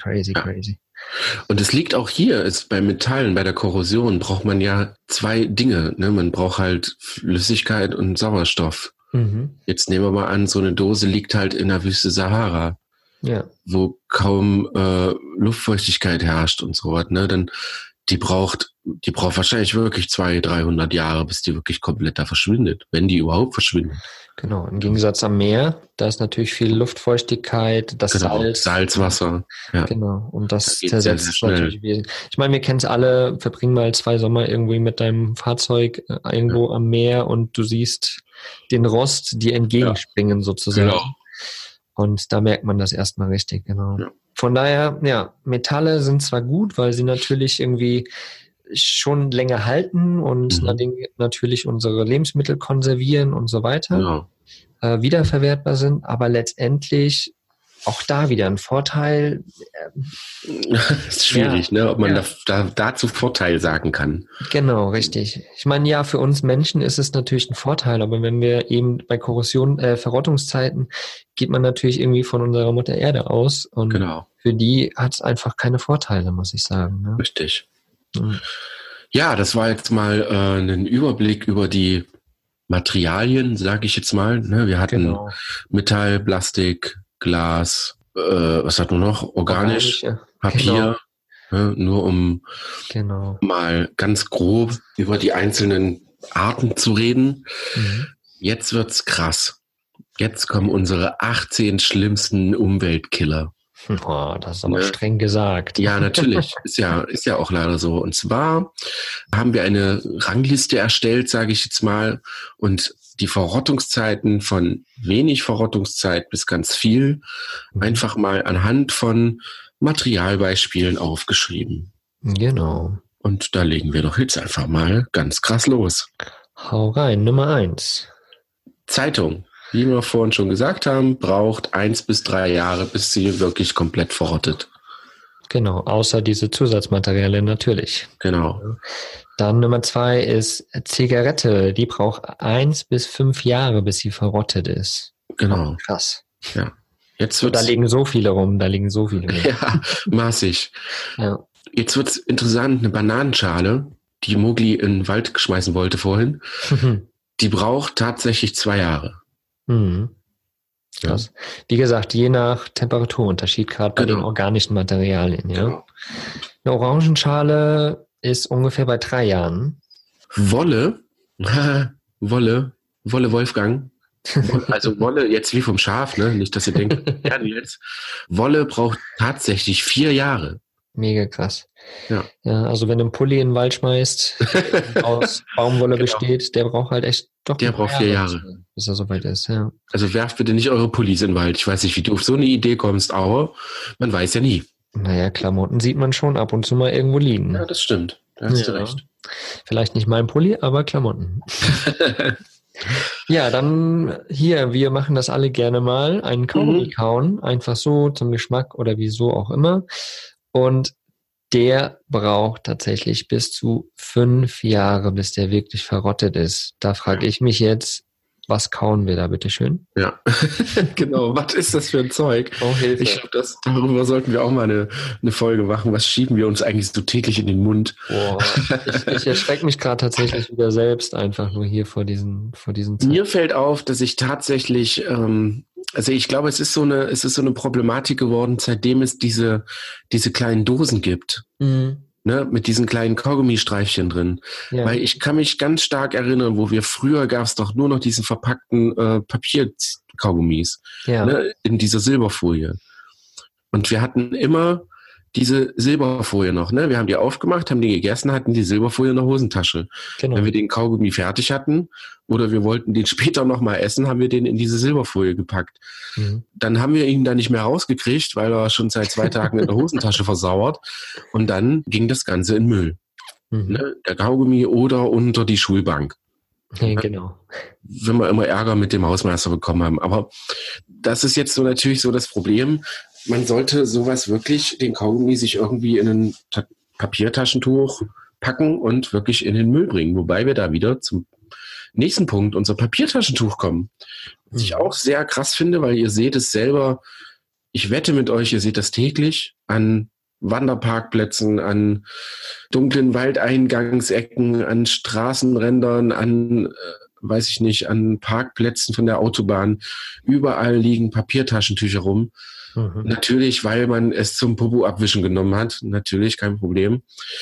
Und es liegt auch hier, ist bei Metallen, bei der Korrosion braucht man ja 2 Dinge. Ne? Man braucht halt Flüssigkeit und Sauerstoff. Jetzt nehmen wir mal an, so eine Dose liegt halt in der Wüste Sahara, wo kaum Luftfeuchtigkeit herrscht und so was. Ne? Dann die braucht wahrscheinlich wirklich 200-300 Jahre, bis die wirklich komplett da verschwindet, wenn die überhaupt verschwindet. Genau, im Gegensatz am Meer, da ist natürlich viel Luftfeuchtigkeit, das Salzwasser. Ja. Genau, und das zersetzt es natürlich wesentlich. Ich meine, wir kennen es alle, verbring mal 2 Sommer irgendwie mit deinem Fahrzeug irgendwo am Meer und du siehst den Rost dir entgegenspringen sozusagen. Genau. Und da merkt man das erstmal richtig, genau. Ja. Von daher, Metalle sind zwar gut, weil sie natürlich irgendwie schon länger halten und natürlich unsere Lebensmittel konservieren und so weiter, wiederverwertbar sind, aber letztendlich auch da wieder ein Vorteil. Das ist schwierig, ne? Ob man dazu Vorteil sagen kann. Genau, richtig. Ich meine, für uns Menschen ist es natürlich ein Vorteil, aber wenn wir eben bei Verrottungszeiten geht man natürlich irgendwie von unserer Mutter Erde aus und für die hat es einfach keine Vorteile, muss ich sagen. Ne? Richtig. Ja, das war jetzt mal ein Überblick über die Materialien, sage ich jetzt mal. Ne? Wir hatten Metall, Plastik, Glas, was hatten wir noch? Organisch, Papier. Ne? Nur um mal ganz grob über die einzelnen Arten zu reden. Jetzt wird's krass. Jetzt kommen unsere 18 schlimmsten Umweltkiller. Oh, das ist aber streng gesagt. Ja, natürlich. Ist ja auch leider so. Und zwar haben wir eine Rangliste erstellt, sage ich jetzt mal, und die Verrottungszeiten von wenig Verrottungszeit bis ganz viel einfach mal anhand von Materialbeispielen aufgeschrieben. Genau. Und da legen wir doch jetzt einfach mal ganz krass los. Hau rein, Nummer 1. Zeitung. Wie wir vorhin schon gesagt haben, braucht 1 bis 3 Jahre, bis sie wirklich komplett verrottet. Genau, außer diese Zusatzmaterialien natürlich. Genau. Dann Nummer 2 ist Zigarette. Die braucht 1 bis 5 Jahre, bis sie verrottet ist. Genau. Oh, krass. Ja. Da liegen so viele rum. Ja, maßig. Ja. Jetzt wird's interessant. Eine Bananenschale, die Mowgli in den Wald schmeißen wollte vorhin, die braucht tatsächlich 2 Jahre. Krass. Wie gesagt, je nach Temperaturunterschied, gerade bei den organischen Materialien. Ja. Genau. Eine Orangenschale ist ungefähr bei 3 Jahren. Wolle Wolfgang. Also Wolle jetzt wie vom Schaf, ne? Nicht, dass ihr denkt, jetzt. Wolle braucht tatsächlich 4 Jahre. Mega krass. Ja, also wenn du einen Pulli in den Wald schmeißt, aus Baumwolle besteht, der braucht halt echt Der braucht 4 Jahre. Bis er soweit ist, ja. Also werft bitte nicht eure Pullis in den Wald. Ich weiß nicht, wie du auf so eine Idee kommst, aber man weiß ja nie. Naja, Klamotten sieht man schon ab und zu mal irgendwo liegen. Ja, das stimmt. Da hast du recht. Vielleicht nicht mein Pulli, aber Klamotten. Ja, dann hier, wir machen das alle gerne mal, einen Kaugummi kauen, einfach so zum Geschmack oder wieso auch immer. Und der braucht tatsächlich bis zu 5 Jahre, bis der wirklich verrottet ist. Da frage ich mich jetzt, was kauen wir da, bitteschön? Ja, genau. Was ist das für ein Zeug? Oh, Hilfe. Ich glaube, darüber sollten wir auch mal eine Folge machen. Was schieben wir uns eigentlich so täglich in den Mund? Boah, ich erschrecke mich gerade tatsächlich wieder selbst einfach nur hier vor diesen Zeiten. Mir fällt auf, dass ich tatsächlich, also ich glaube, es ist so eine Problematik geworden, seitdem es diese kleinen Dosen gibt. Ne, mit diesen kleinen Kaugummistreifchen drin. Ja. Weil ich kann mich ganz stark erinnern, wo wir früher gab es doch nur noch diesen verpackten Papierkaugummis, ne, in dieser Silberfolie. Und wir hatten immer diese Silberfolie noch. Ne? Wir haben die aufgemacht, haben die gegessen, hatten die Silberfolie in der Hosentasche. Genau. Wenn wir den Kaugummi fertig hatten oder wir wollten den später nochmal essen, haben wir den in diese Silberfolie gepackt. Dann haben wir ihn da nicht mehr rausgekriegt, weil er schon seit 2 Tagen in der Hosentasche versauert. Und dann ging das Ganze in Müll. Ne? Der Kaugummi oder unter die Schulbank. Ja, genau. Wenn wir immer Ärger mit dem Hausmeister bekommen haben. Aber das ist jetzt so natürlich so das Problem. Man sollte sowas wirklich, den Kaugummi, sich irgendwie in ein Papiertaschentuch packen und wirklich in den Müll bringen. Wobei wir da wieder zum nächsten Punkt, unser Papiertaschentuch kommen. Was ich auch sehr krass finde, weil ihr seht es selber, ich wette mit euch, ihr seht das täglich an Wanderparkplätzen, an dunklen Waldeingangsecken, an Straßenrändern, an, weiß ich nicht, an Parkplätzen von der Autobahn. Überall liegen Papiertaschentücher rum. Natürlich, weil man es zum Popo abwischen genommen hat. Natürlich, kein Problem.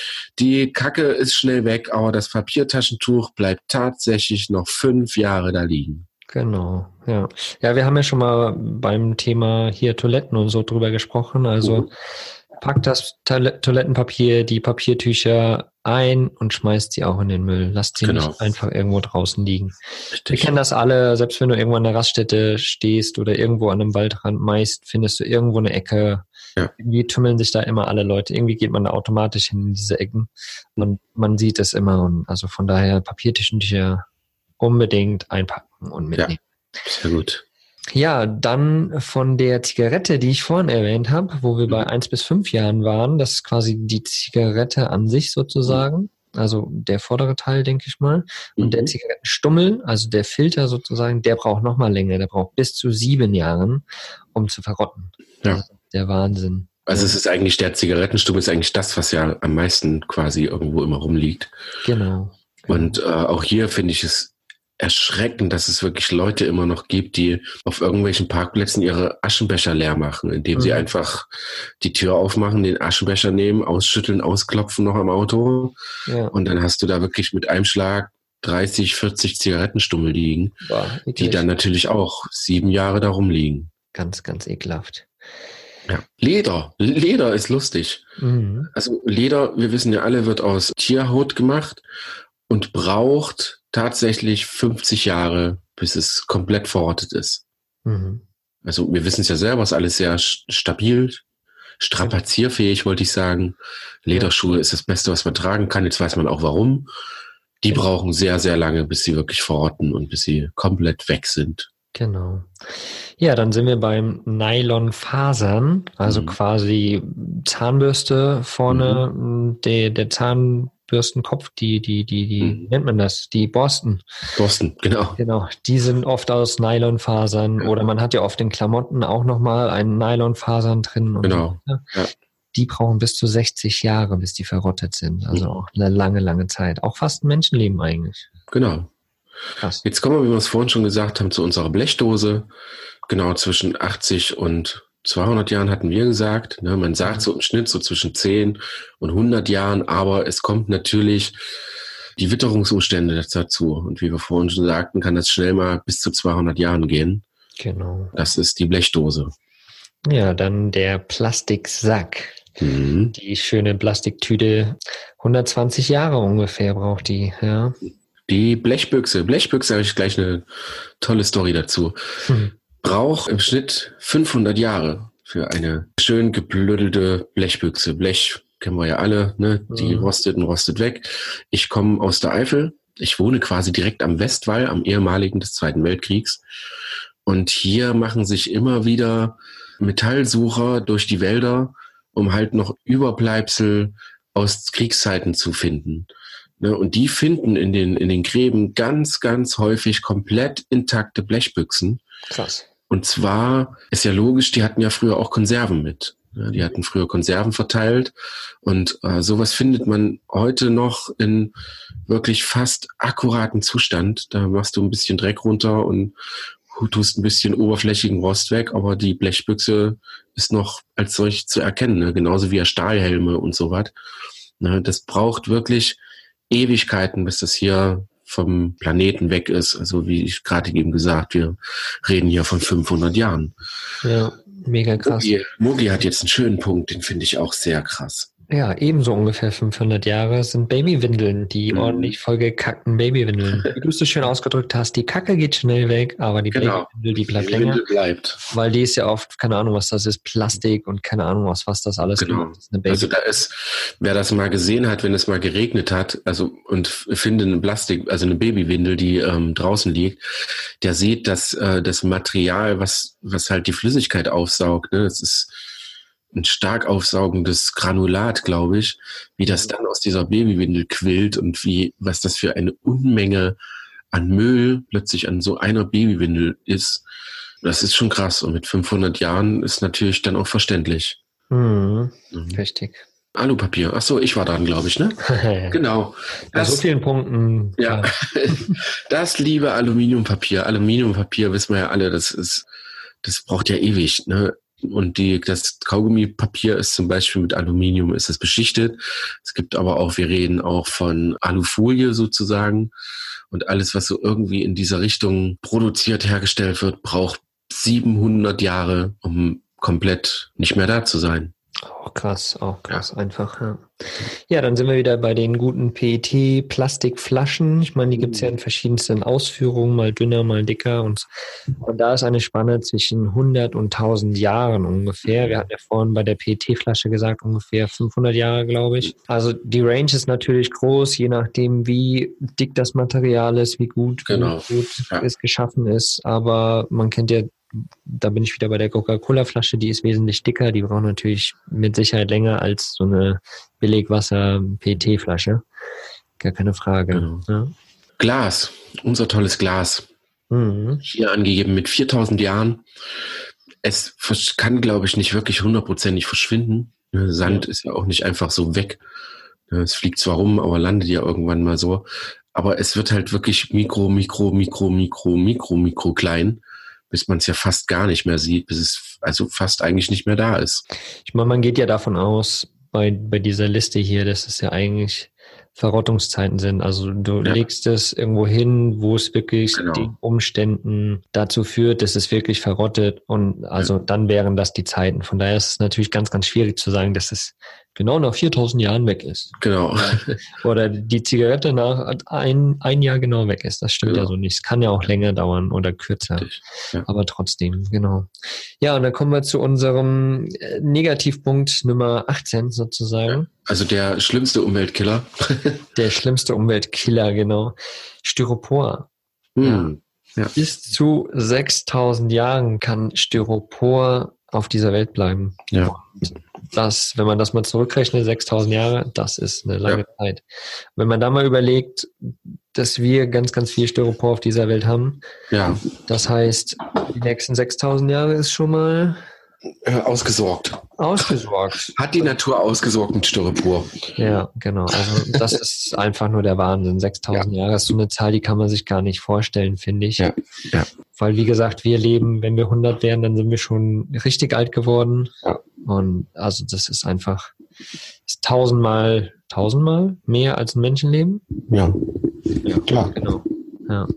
Die Kacke ist schnell weg, aber das Papiertaschentuch bleibt tatsächlich noch 5 Jahre da liegen. Genau, ja. Ja, wir haben ja schon mal beim Thema hier Toiletten und so drüber gesprochen. Also packt das Toilettenpapier, die Papiertücher ein und schmeißt sie auch in den Müll. Lasst sie nicht einfach irgendwo draußen liegen. Richtig. Wir kennen das alle, selbst wenn du irgendwo an der Raststätte stehst oder irgendwo an einem Waldrand, meist findest du irgendwo eine Ecke. Ja. Irgendwie tümmeln sich da immer alle Leute. Irgendwie geht man da automatisch hin in diese Ecken und man sieht es immer. Und also von daher Papiertaschentücher unbedingt einpacken und mitnehmen. Ja, sehr gut. Ja, dann von der Zigarette, die ich vorhin erwähnt habe, wo wir bei 1 bis 5 Jahren waren, das ist quasi die Zigarette an sich sozusagen, also der vordere Teil, denke ich mal. Und der Zigarettenstummel, also der Filter sozusagen, der braucht noch mal länger, der braucht bis zu 7 Jahren, um zu verrotten. Ja. Der Wahnsinn. Also es ist eigentlich, der Zigarettenstummel ist eigentlich das, was ja am meisten quasi irgendwo immer rumliegt. Genau. Und auch hier finde ich es erschreckend, dass es wirklich Leute immer noch gibt, die auf irgendwelchen Parkplätzen ihre Aschenbecher leer machen, indem sie einfach die Tür aufmachen, den Aschenbecher nehmen, ausschütteln, ausklopfen noch am Auto. Ja. Und dann hast du da wirklich mit einem Schlag 30, 40 Zigarettenstummel liegen, die dann natürlich auch 7 Jahre da rumliegen. Ganz, ganz ekelhaft. Ja. Leder ist lustig. Also Leder, wir wissen ja alle, wird aus Tierhaut gemacht und braucht tatsächlich 50 Jahre, bis es komplett verrottet ist. Also wir wissen es ja selber, ist alles sehr stabil, strapazierfähig, wollte ich sagen. Lederschuhe ist das Beste, was man tragen kann. Jetzt weiß man auch warum. Die brauchen sehr, sehr lange, bis sie wirklich verrotten und bis sie komplett weg sind. Genau. Ja, dann sind wir beim Nylonfasern, also quasi Zahnbürste vorne, der Zahnbürstenkopf, die nennt man das? Die Borsten. Borsten, genau. Genau, die sind oft aus Nylonfasern oder man hat ja oft in Klamotten auch nochmal einen Nylonfasern drin. Und genau. So. Ja. Die brauchen bis zu 60 Jahre, bis die verrottet sind. Also auch eine lange, lange Zeit. Auch fast ein Menschenleben eigentlich. Genau. Krass. Jetzt kommen wir, wie wir es vorhin schon gesagt haben, zu unserer Blechdose. Genau, zwischen 80 und 200 Jahren hatten wir gesagt. Ne, man sagt so im Schnitt so zwischen 10 und 100 Jahren, aber es kommt natürlich die Witterungsumstände dazu. Und wie wir vorhin schon sagten, kann das schnell mal bis zu 200 Jahren gehen. Genau. Das ist die Blechdose. Ja, dann der Plastiksack. Die schöne Plastiktüte. 120 Jahre ungefähr braucht die, ja. Die Blechbüchse habe ich gleich eine tolle Story dazu. Braucht im Schnitt 500 Jahre für eine schön geblödelte Blechbüchse. Blech kennen wir ja alle, ne? Die rostet und rostet weg. Ich komme aus der Eifel. Ich wohne quasi direkt am Westwall, am ehemaligen des Zweiten Weltkriegs. Und hier machen sich immer wieder Metallsucher durch die Wälder, um halt noch Überbleibsel aus Kriegszeiten zu finden. Und die finden in den Gräben ganz, ganz häufig komplett intakte Blechbüchsen. Krass. Und zwar ist ja logisch, die hatten ja früher auch Konserven mit. Ja, die hatten früher Konserven verteilt. Und sowas findet man heute noch in wirklich fast akkuraten Zustand. Da machst du ein bisschen Dreck runter und tust ein bisschen oberflächigen Rost weg, aber die Blechbüchse ist noch als solch zu erkennen, ne? Genauso wie Stahlhelme und sowas. Ne? Das braucht wirklich Ewigkeiten, bis das hier vom Planeten weg ist. Also wie ich gerade eben gesagt, wir reden hier von 500 Jahren. Ja, mega krass. Mugi hat jetzt einen schönen Punkt, den finde ich auch sehr krass. Ja, ebenso ungefähr 500 Jahre sind Babywindeln, die ordentlich vollgekackten Babywindeln. Wie du es so schön ausgedrückt hast, die Kacke geht schnell weg, aber die Genau. Babywindel, die bleibt Die länger. Windel bleibt. Weil die ist ja oft, keine Ahnung, was das ist, Plastik und keine Ahnung, aus was das alles Genau. gemacht ist. Eine Baby. Also da ist, wer das mal gesehen hat, wenn es mal geregnet hat, also und findet eine Plastik, also eine Babywindel, die draußen liegt, der sieht, dass das Material, was halt die Flüssigkeit aufsaugt, ne, das ist ein stark aufsaugendes Granulat, glaube ich, wie das dann aus dieser Babywindel quillt und was das für eine Unmenge an Müll plötzlich an so einer Babywindel ist. Das ist schon krass. Und mit 500 Jahren ist natürlich dann auch verständlich. Richtig. Alupapier. Ach so, ich war dran, glaube ich, ne? Genau. Bei so vielen Punkten. Ja. Das liebe Aluminiumpapier. Aluminiumpapier wissen wir ja alle, das braucht ja ewig, ne? Und das Kaugummipapier ist zum Beispiel mit Aluminium, ist es beschichtet. Es gibt aber auch, wir reden auch von Alufolie sozusagen. Und alles, was so irgendwie in dieser Richtung produziert, hergestellt wird, braucht 700 Jahre, um komplett nicht mehr da zu sein. Auch krass, einfach, ja. Ja, dann sind wir wieder bei den guten PET-Plastikflaschen. Ich meine, die gibt es ja in verschiedensten Ausführungen, mal dünner, mal dicker. Und da ist eine Spanne zwischen 100 und 1000 Jahren ungefähr. Wir hatten ja vorhin bei der PET-Flasche gesagt, ungefähr 500 Jahre, glaube ich. Also die Range ist natürlich groß, je nachdem, wie dick das Material ist, wie gut es geschaffen ist. Aber man kennt ja, da bin ich wieder bei der Coca-Cola-Flasche, die ist wesentlich dicker, die braucht natürlich mit Sicherheit länger als so eine Billigwasser-PET-Flasche. Gar keine Frage. Genau. Ja. Glas, unser tolles Glas. Hier angegeben mit 4000 Jahren. Es kann, glaube ich, nicht wirklich 100%ig verschwinden. Sand ist ja auch nicht einfach so weg. Es fliegt zwar rum, aber landet ja irgendwann mal so. Aber es wird halt wirklich mikro klein, bis man es ja fast gar nicht mehr sieht, bis es also fast eigentlich nicht mehr da ist. Ich meine, man geht ja davon aus, bei dieser Liste hier, dass es ja eigentlich Verrottungszeiten sind. Also du legst es irgendwo hin, wo es wirklich den Umständen dazu führt, dass es wirklich verrottet. Und also dann wären das die Zeiten. Von daher ist es natürlich ganz, ganz schwierig zu sagen, dass es genau nach 4000 Jahren weg ist. Genau. Oder die Zigarette nach ein Jahr genau weg ist. Das stimmt ja so nicht. Es kann ja auch länger dauern oder kürzer. Ja. Aber trotzdem, genau. Ja, und dann kommen wir zu unserem Negativpunkt Nummer 18 sozusagen. Ja. Also der schlimmste Umweltkiller. Der schlimmste Umweltkiller, genau. Styropor. Ja. Bis zu 6000 Jahren kann Styropor auf dieser Welt bleiben. Ja. Das, wenn man das mal zurückrechnet, 6000 Jahre, das ist eine lange Zeit. Wenn man da mal überlegt, dass wir ganz, ganz viel Styropor auf dieser Welt haben, das heißt, die nächsten 6000 Jahre ist schon mal ausgesorgt. Hat die Natur ausgesorgt mit Styropor. Ja, genau. Also das ist einfach nur der Wahnsinn. 6000 Jahre ist so eine Zahl, die kann man sich gar nicht vorstellen, finde ich. Ja. Weil, wie gesagt, wir leben, wenn wir 100 wären, dann sind wir schon richtig alt geworden. Ja. Und also das ist einfach 1000-mal mehr als ein Menschenleben. Ja, klar. Genau. Ja.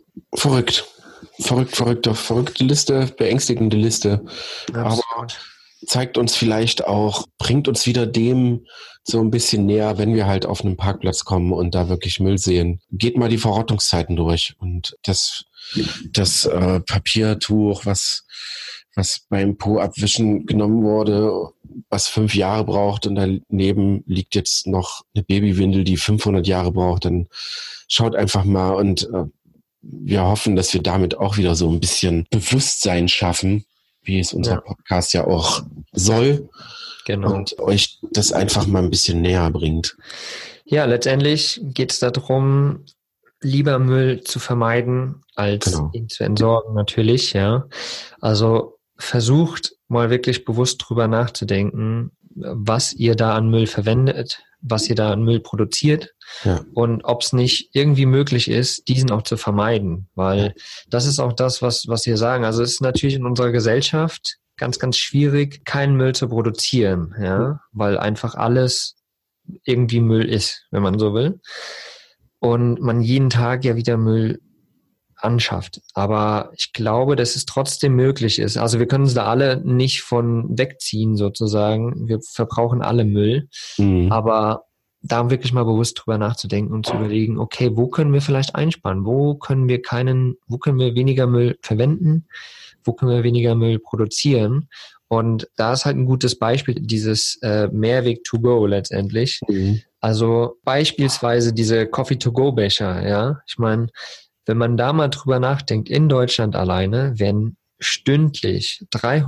Verrückte Liste, beängstigende Liste. Absolut. Aber zeigt uns vielleicht auch, bringt uns wieder dem so ein bisschen näher, wenn wir halt auf einen Parkplatz kommen und da wirklich Müll sehen. Geht mal die Verrottungszeiten durch und das Papiertuch, was beim Po-Abwischen genommen wurde, was 5 Jahre braucht und daneben liegt jetzt noch eine Babywindel, die 500 Jahre braucht, dann schaut einfach mal und wir hoffen, dass wir damit auch wieder so ein bisschen Bewusstsein schaffen, wie es unser Podcast ja auch soll. Genau. Und euch das einfach mal ein bisschen näher bringt. Ja, letztendlich geht es darum, lieber Müll zu vermeiden, als ihn zu entsorgen, natürlich, ja. Also versucht mal wirklich bewusst drüber nachzudenken, was ihr da an Müll verwendet, was ihr da an Müll produziert und ob es nicht irgendwie möglich ist, diesen auch zu vermeiden, weil das ist auch das, was wir sagen. Also es ist natürlich in unserer Gesellschaft ganz, ganz schwierig, keinen Müll zu produzieren, weil einfach alles irgendwie Müll ist, wenn man so will. Und man jeden Tag ja wieder Müll anschafft. Aber ich glaube, dass es trotzdem möglich ist. Also wir können uns da alle nicht von wegziehen sozusagen. Wir verbrauchen alle Müll. Aber da wirklich mal bewusst drüber nachzudenken und zu überlegen, okay, wo können wir vielleicht einsparen? Wo können wir weniger Müll verwenden? Wo können wir weniger Müll produzieren? Und da ist halt ein gutes Beispiel, dieses Mehrweg to go letztendlich. Also beispielsweise diese Coffee-to-go-Becher, ja. Ich meine, wenn man da mal drüber nachdenkt, in Deutschland alleine werden stündlich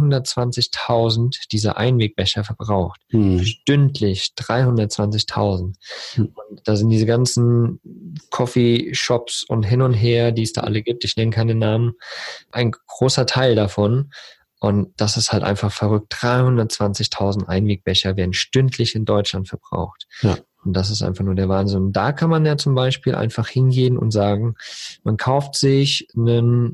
320.000 dieser Einwegbecher verbraucht. Stündlich 320.000. Und da sind diese ganzen Coffeeshops und hin und her, die es da alle gibt, ich nenne keine Namen, ein großer Teil davon. Und das ist halt einfach verrückt. 320.000 Einwegbecher werden stündlich in Deutschland verbraucht. Ja. Und das ist einfach nur der Wahnsinn. Und da kann man ja zum Beispiel einfach hingehen und sagen, man kauft sich einen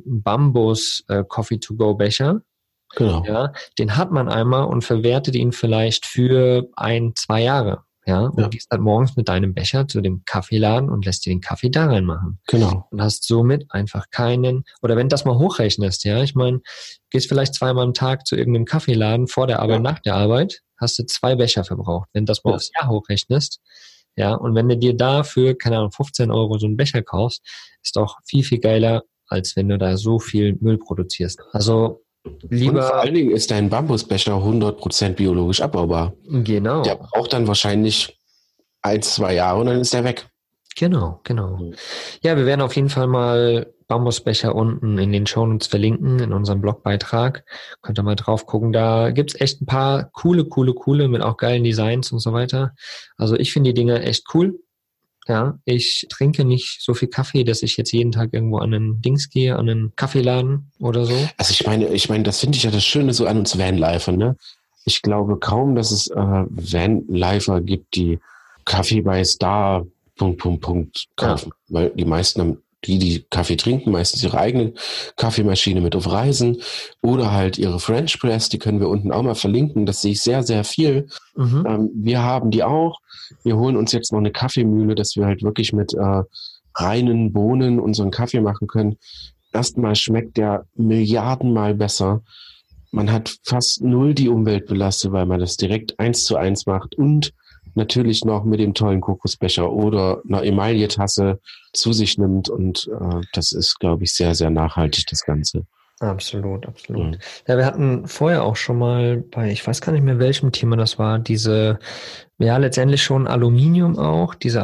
Bambus-Coffee-to-go-Becher. Genau. Ja, den hat man einmal und verwertet ihn vielleicht für 1-2 Jahre. Ja, und gehst halt morgens mit deinem Becher zu dem Kaffeeladen und lässt dir den Kaffee da reinmachen. Genau. Und hast somit einfach oder wenn du das mal hochrechnest, ja, ich meine, gehst vielleicht 2-mal am Tag zu irgendeinem Kaffeeladen vor der Arbeit, nach der Arbeit, hast du 2 Becher verbraucht. Wenn du das mal aufs Jahr hochrechnest, ja, und wenn du dir dafür, keine Ahnung, 15 € so einen Becher kaufst, ist doch viel, viel geiler, als wenn du da so viel Müll produzierst. Also, lieber. Und vor allen Dingen ist dein Bambusbecher 100% biologisch abbaubar. Genau. Der braucht dann wahrscheinlich 1-2 Jahre und dann ist der weg. Genau. Ja, wir werden auf jeden Fall mal Bambusbecher unten in den Shownotes verlinken, in unserem Blogbeitrag. Könnt ihr mal drauf gucken. Da gibt's echt ein paar coole mit auch geilen Designs und so weiter. Also ich finde die Dinge echt cool. Ja, ich trinke nicht so viel Kaffee, dass ich jetzt jeden Tag irgendwo an einen Dings gehe, an einen Kaffeeladen oder so. Also ich meine, das finde ich ja das Schöne so an uns Vanlifern, ne? Ich glaube kaum, dass es Vanlifer gibt, die Kaffee bei Star ... kaufen. Ja. Weil die meisten haben, die Kaffee trinken, meistens ihre eigene Kaffeemaschine mit auf Reisen oder halt ihre French Press, die können wir unten auch mal verlinken. Das sehe ich sehr, sehr viel. Wir haben die auch. Wir holen uns jetzt noch eine Kaffeemühle, dass wir halt wirklich mit reinen Bohnen unseren Kaffee machen können. Erstmal schmeckt der Milliardenmal besser. Man hat fast 0 die Umweltbelastung, weil man das direkt 1:1 macht und natürlich noch mit dem tollen Kokosbecher oder einer Emaille-Tasse zu sich nimmt. Und das ist, glaube ich, sehr, sehr nachhaltig, das Ganze. Absolut. Ja, wir hatten vorher auch schon mal ich weiß gar nicht mehr, welchem Thema das war, letztendlich schon Aluminium auch, diese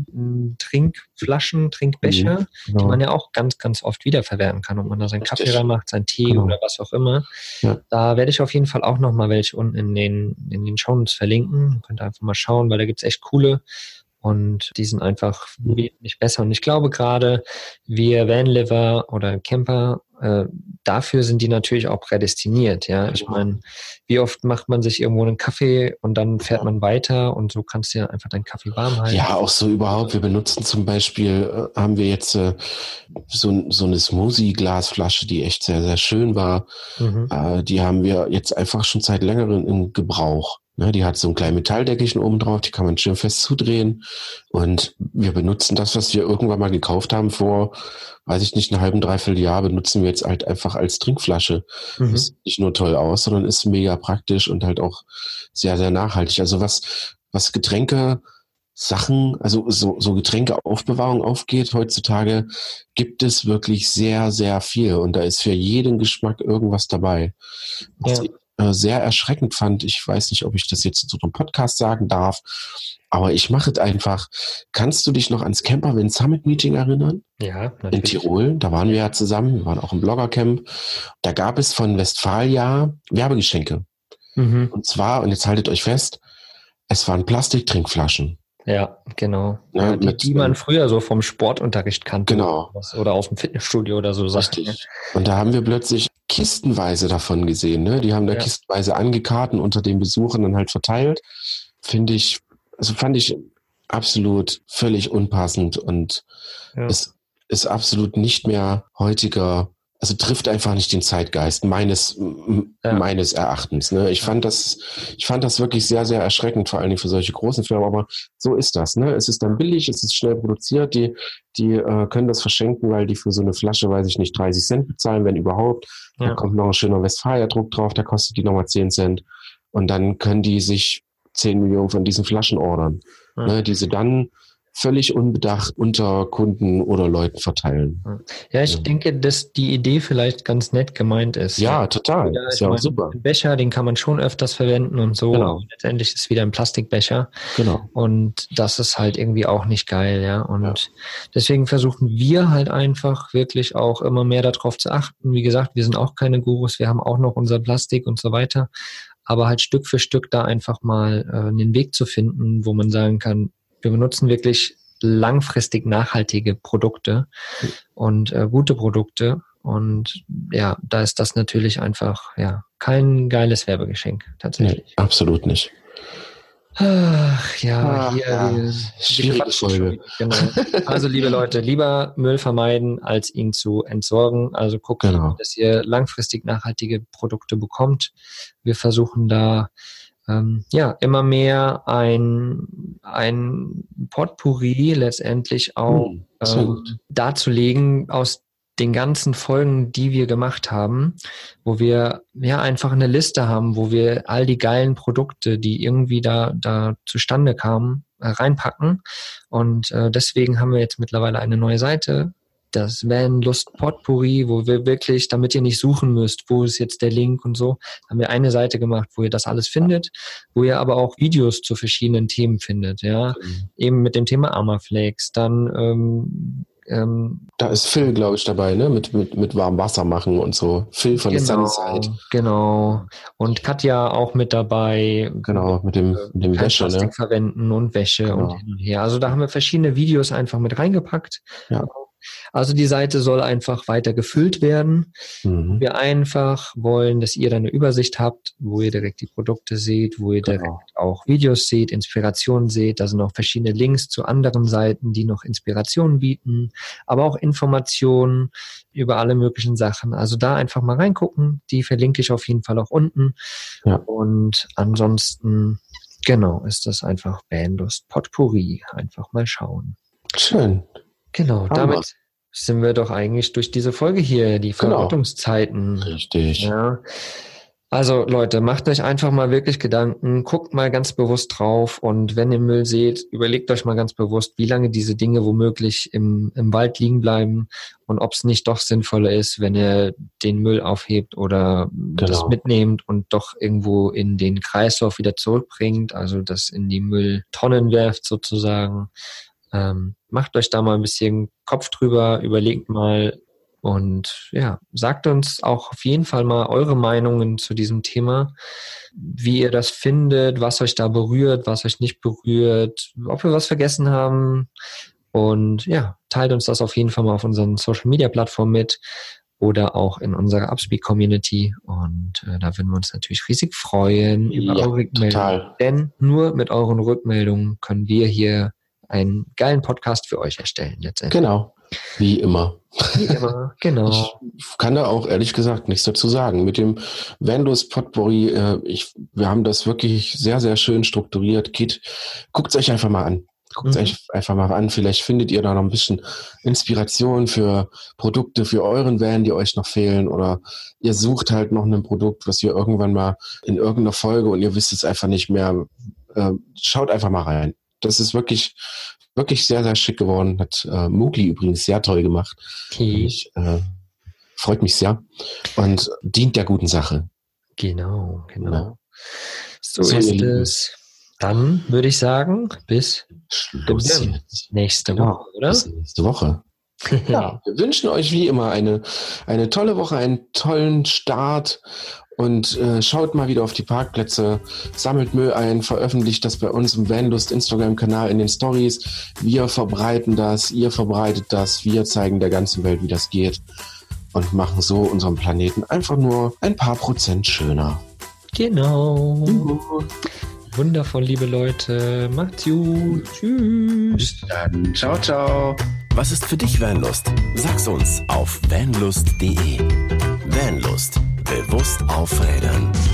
Trinkflaschen, Trinkbecher, die man ja auch ganz, ganz oft wiederverwerten kann, ob man da seinen Kaffee reinmacht, seinen Tee oder was auch immer. Ja. Da werde ich auf jeden Fall auch nochmal welche unten in den Shownotes verlinken. Könnt ihr einfach mal schauen, weil da gibt's echt coole. Und die sind einfach wesentlich besser. Und ich glaube gerade, wir Vanlifer oder Camper, dafür sind die natürlich auch prädestiniert. Ja, ich meine, wie oft macht man sich irgendwo einen Kaffee und dann fährt man weiter und so kannst du ja einfach deinen Kaffee warm halten. Ja, auch so überhaupt. Wir benutzen zum Beispiel, haben wir jetzt so eine Smoothie-Glasflasche, die echt sehr, sehr schön war. Die haben wir jetzt einfach schon seit längerem im Gebrauch. Ne, die hat so ein kleines Metalldeckelchen oben drauf, die kann man schön fest zudrehen. Und wir benutzen das, was wir irgendwann mal gekauft haben vor, weiß ich nicht, einem halben, dreiviertel Jahr, benutzen wir jetzt halt einfach als Trinkflasche. Das sieht nicht nur toll aus, sondern ist mega praktisch und halt auch sehr, sehr nachhaltig. Also was Getränke-Sachen, also so Getränkeaufbewahrung aufgeht, heutzutage gibt es wirklich sehr, sehr viel. Und da ist für jeden Geschmack irgendwas dabei. Was ich sehr erschreckend fand, ich weiß nicht, ob ich das jetzt in so einem Podcast sagen darf, aber ich mache es einfach. Kannst du dich noch ans Campervan Summit Meeting erinnern? Ja, natürlich. In Tirol, da waren wir ja zusammen, wir waren auch im Bloggercamp. Da gab es von Westfalia Werbegeschenke. Und zwar, und jetzt haltet euch fest, es waren Plastiktrinkflaschen. Ja, genau. Ja, die man früher so vom Sportunterricht kannte. Genau. Oder aus dem Fitnessstudio oder so. Richtig. Und da haben wir plötzlich kistenweise davon gesehen. Ne? Die haben da kistenweise angekarten unter den Besuchern dann halt verteilt. Fand ich absolut völlig unpassend und es ist absolut nicht mehr heutiger trifft einfach nicht den Zeitgeist meines Erachtens. Ne? Ich fand das wirklich sehr, sehr erschreckend, vor allen Dingen für solche großen Firmen, aber so ist das. Ne? Es ist dann billig, es ist schnell produziert, die können das verschenken, weil die für so eine Flasche, weiß ich nicht, 30 Cent bezahlen, wenn überhaupt. Da kommt noch ein schöner Westfalia-Druck drauf, da kostet die nochmal 10 Cent. Und dann können die sich 10 Millionen von diesen Flaschen ordern, ne, die sie dann völlig unbedacht unter Kunden oder Leuten verteilen. Ja, ich denke, dass die Idee vielleicht ganz nett gemeint ist. Ja, total. Ja, ist ja auch super. Ein Becher, den kann man schon öfters verwenden und so. Genau. Letztendlich ist es wieder ein Plastikbecher. Genau. Und das ist halt irgendwie auch nicht geil, ja. Und deswegen versuchen wir halt einfach wirklich auch immer mehr darauf zu achten. Wie gesagt, wir sind auch keine Gurus, wir haben auch noch unser Plastik und so weiter. Aber halt Stück für Stück da einfach mal einen Weg zu finden, wo man sagen kann, wir benutzen wirklich langfristig nachhaltige Produkte und gute Produkte. Und ja, da ist das natürlich einfach kein geiles Werbegeschenk tatsächlich. Nee, absolut nicht. Schwierige Folge. Genau. Also liebe Leute, lieber Müll vermeiden, als ihn zu entsorgen. Also guckt, dass ihr langfristig nachhaltige Produkte bekommt. Wir versuchen da immer mehr ein Potpourri letztendlich auch darzulegen aus den ganzen Folgen, die wir gemacht haben, wo wir einfach eine Liste haben, wo wir all die geilen Produkte, die irgendwie da zustande kamen, reinpacken. Und deswegen haben wir jetzt mittlerweile eine neue Seite, das Vanlust Potpourri, wo wir wirklich, damit ihr nicht suchen müsst, wo ist jetzt der Link und so, haben wir eine Seite gemacht, wo ihr das alles findet, wo ihr aber auch Videos zu verschiedenen Themen findet, eben mit dem Thema Amaflex, dann da ist Phil, glaube ich, dabei, ne? Mit warmem Wasser machen und so. Phil von der Sunnyside. Genau. Und Katja auch mit dabei. Genau, mit dem Wäsche, Plastik verwenden und Wäsche und hin und her. Also da haben wir verschiedene Videos einfach mit reingepackt. Ja. Also die Seite soll einfach weiter gefüllt werden. Wir einfach wollen, dass ihr dann eine Übersicht habt, wo ihr direkt die Produkte seht, wo ihr direkt auch Videos seht, Inspirationen seht. Da sind auch verschiedene Links zu anderen Seiten, die noch Inspirationen bieten, aber auch Informationen über alle möglichen Sachen. Also da einfach mal reingucken. Die verlinke ich auf jeden Fall auch unten. Ja. Und ansonsten, ist das einfach Vanlust Potpourri. Einfach mal schauen. Schön. Genau, damit sind wir doch eigentlich durch diese Folge hier, die Verortungszeiten. Richtig. Ja. Also Leute, macht euch einfach mal wirklich Gedanken, guckt mal ganz bewusst drauf und wenn ihr Müll seht, überlegt euch mal ganz bewusst, wie lange diese Dinge womöglich im Wald liegen bleiben und ob es nicht doch sinnvoller ist, wenn ihr den Müll aufhebt oder das mitnehmt und doch irgendwo in den Kreislauf wieder zurückbringt, also das in die Mülltonnen werft sozusagen. Macht euch da mal ein bisschen Kopf drüber, überlegt mal und sagt uns auch auf jeden Fall mal eure Meinungen zu diesem Thema, wie ihr das findet, was euch da berührt, was euch nicht berührt, ob wir was vergessen haben und teilt uns das auf jeden Fall mal auf unseren Social-Media-Plattformen mit oder auch in unserer Upspeak-Community und da würden wir uns natürlich riesig freuen über eure Rückmeldungen, denn nur mit euren Rückmeldungen können wir hier einen geilen Podcast für euch erstellen letztendlich. Genau, wie immer. Genau. Ich kann da auch ehrlich gesagt nichts dazu sagen. Mit dem Vanlust Potpourri, wir haben das wirklich sehr, sehr schön strukturiert. Guckt es euch einfach mal an. Vielleicht findet ihr da noch ein bisschen Inspiration für Produkte für euren Van, die euch noch fehlen, oder ihr sucht halt noch ein Produkt, was ihr irgendwann mal in irgendeiner Folge und ihr wisst es einfach nicht mehr. Schaut einfach mal rein. Das ist wirklich, wirklich sehr, sehr schick geworden. Hat Mugli übrigens sehr toll gemacht. Freut mich sehr. Und dient der guten Sache. Genau. So ist es. Dann würde ich sagen, bis nächste Woche, oder? Bis nächste Woche. Wir wünschen euch wie immer eine tolle Woche, einen tollen Start. Und schaut mal wieder auf die Parkplätze, sammelt Müll ein, veröffentlicht das bei uns im Vanlust Instagram-Kanal in den Stories. Wir verbreiten das, ihr verbreitet das, wir zeigen der ganzen Welt, wie das geht und machen so unseren Planeten einfach nur ein paar Prozent schöner. Genau. Wundervoll, liebe Leute. Macht's gut. Tschüss. Bis dann. Ciao, ciao. Was ist für dich Vanlust? Sag's uns auf vanlust.de. Vanlust. Bewusst aufrädern.